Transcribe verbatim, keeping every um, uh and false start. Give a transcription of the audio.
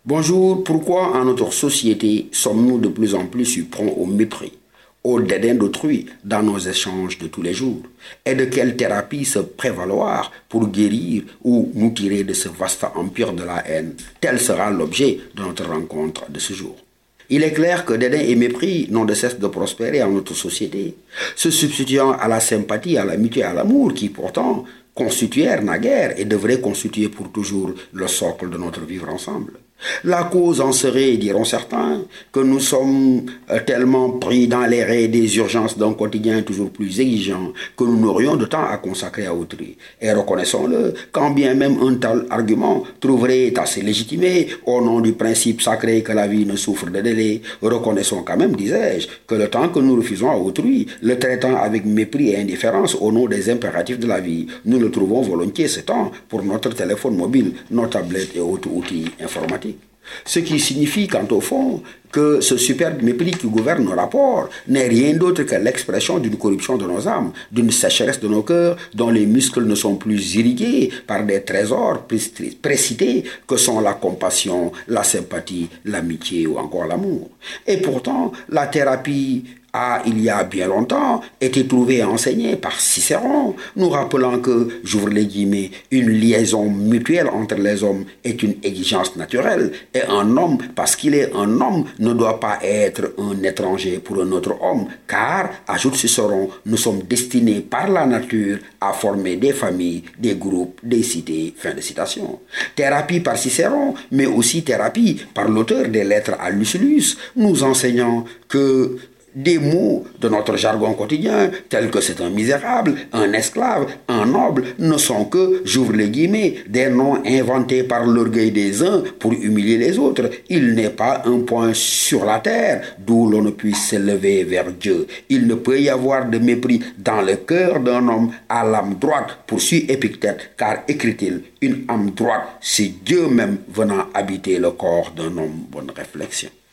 Bonjour, pourquoi en notre société sommes-nous de plus en plus surpris au mépris, au dédain d'autrui dans nos échanges de tous les jours? Et de quelle thérapie se prévaloir pour guérir ou nous tirer de ce vaste empire de la haine? Tel sera l'objet de notre rencontre de ce jour. Il est clair que dédain et mépris n'ont de cesse de prospérer en notre société, se substituant à la sympathie, à l'amitié, à l'amour qui pourtant constituèrent naguère et devraient constituer pour toujours le socle de notre vivre ensemble. La cause en serait, diront certains, que nous sommes tellement pris dans les raies des urgences d'un quotidien toujours plus exigeant que nous n'aurions de temps à consacrer à autrui. Et reconnaissons-le, quand bien même un tel argument trouverait à se légitimer au nom du principe sacré que la vie ne souffre de délai, reconnaissons quand même, disais-je, que le temps que nous refusons à autrui, le traitant avec mépris et indifférence au nom des impératifs de la vie, nous le trouvons volontiers ce temps pour notre téléphone mobile, nos tablettes et autres outils informatiques. Ce qui signifie, quant au fond, que ce superbe mépris qui gouverne nos rapports n'est rien d'autre que l'expression d'une corruption de nos âmes, d'une sécheresse de nos cœurs dont les muscles ne sont plus irrigués par des trésors précités que sont la compassion, la sympathie, l'amitié ou encore l'amour. Et pourtant, la thérapie a, il y a bien longtemps, été trouvée et enseignée par Cicéron, nous rappelant que, j'ouvre les guillemets, une liaison mutuelle entre les hommes est une exigence naturelle, et un homme, parce qu'il est un homme, ne doit pas être un étranger pour un autre homme, car, ajoute Cicéron, nous sommes destinés par la nature à former des familles, des groupes, des cités. Fin de citation. Thérapie par Cicéron, mais aussi thérapie par l'auteur des lettres à Lucilius, nous enseignant que des mots de notre jargon quotidien, tels que c'est un misérable, un esclave, un noble, ne sont que, j'ouvre les guillemets, des noms inventés par l'orgueil des uns pour humilier les autres. Il n'est pas un point sur la terre d'où l'on ne puisse s'élever vers Dieu. Il ne peut y avoir de mépris dans le cœur d'un homme à l'âme droite, poursuit Épictète, car écrit-il, une âme droite, c'est Dieu même venant habiter le corps d'un homme. Bonne réflexion.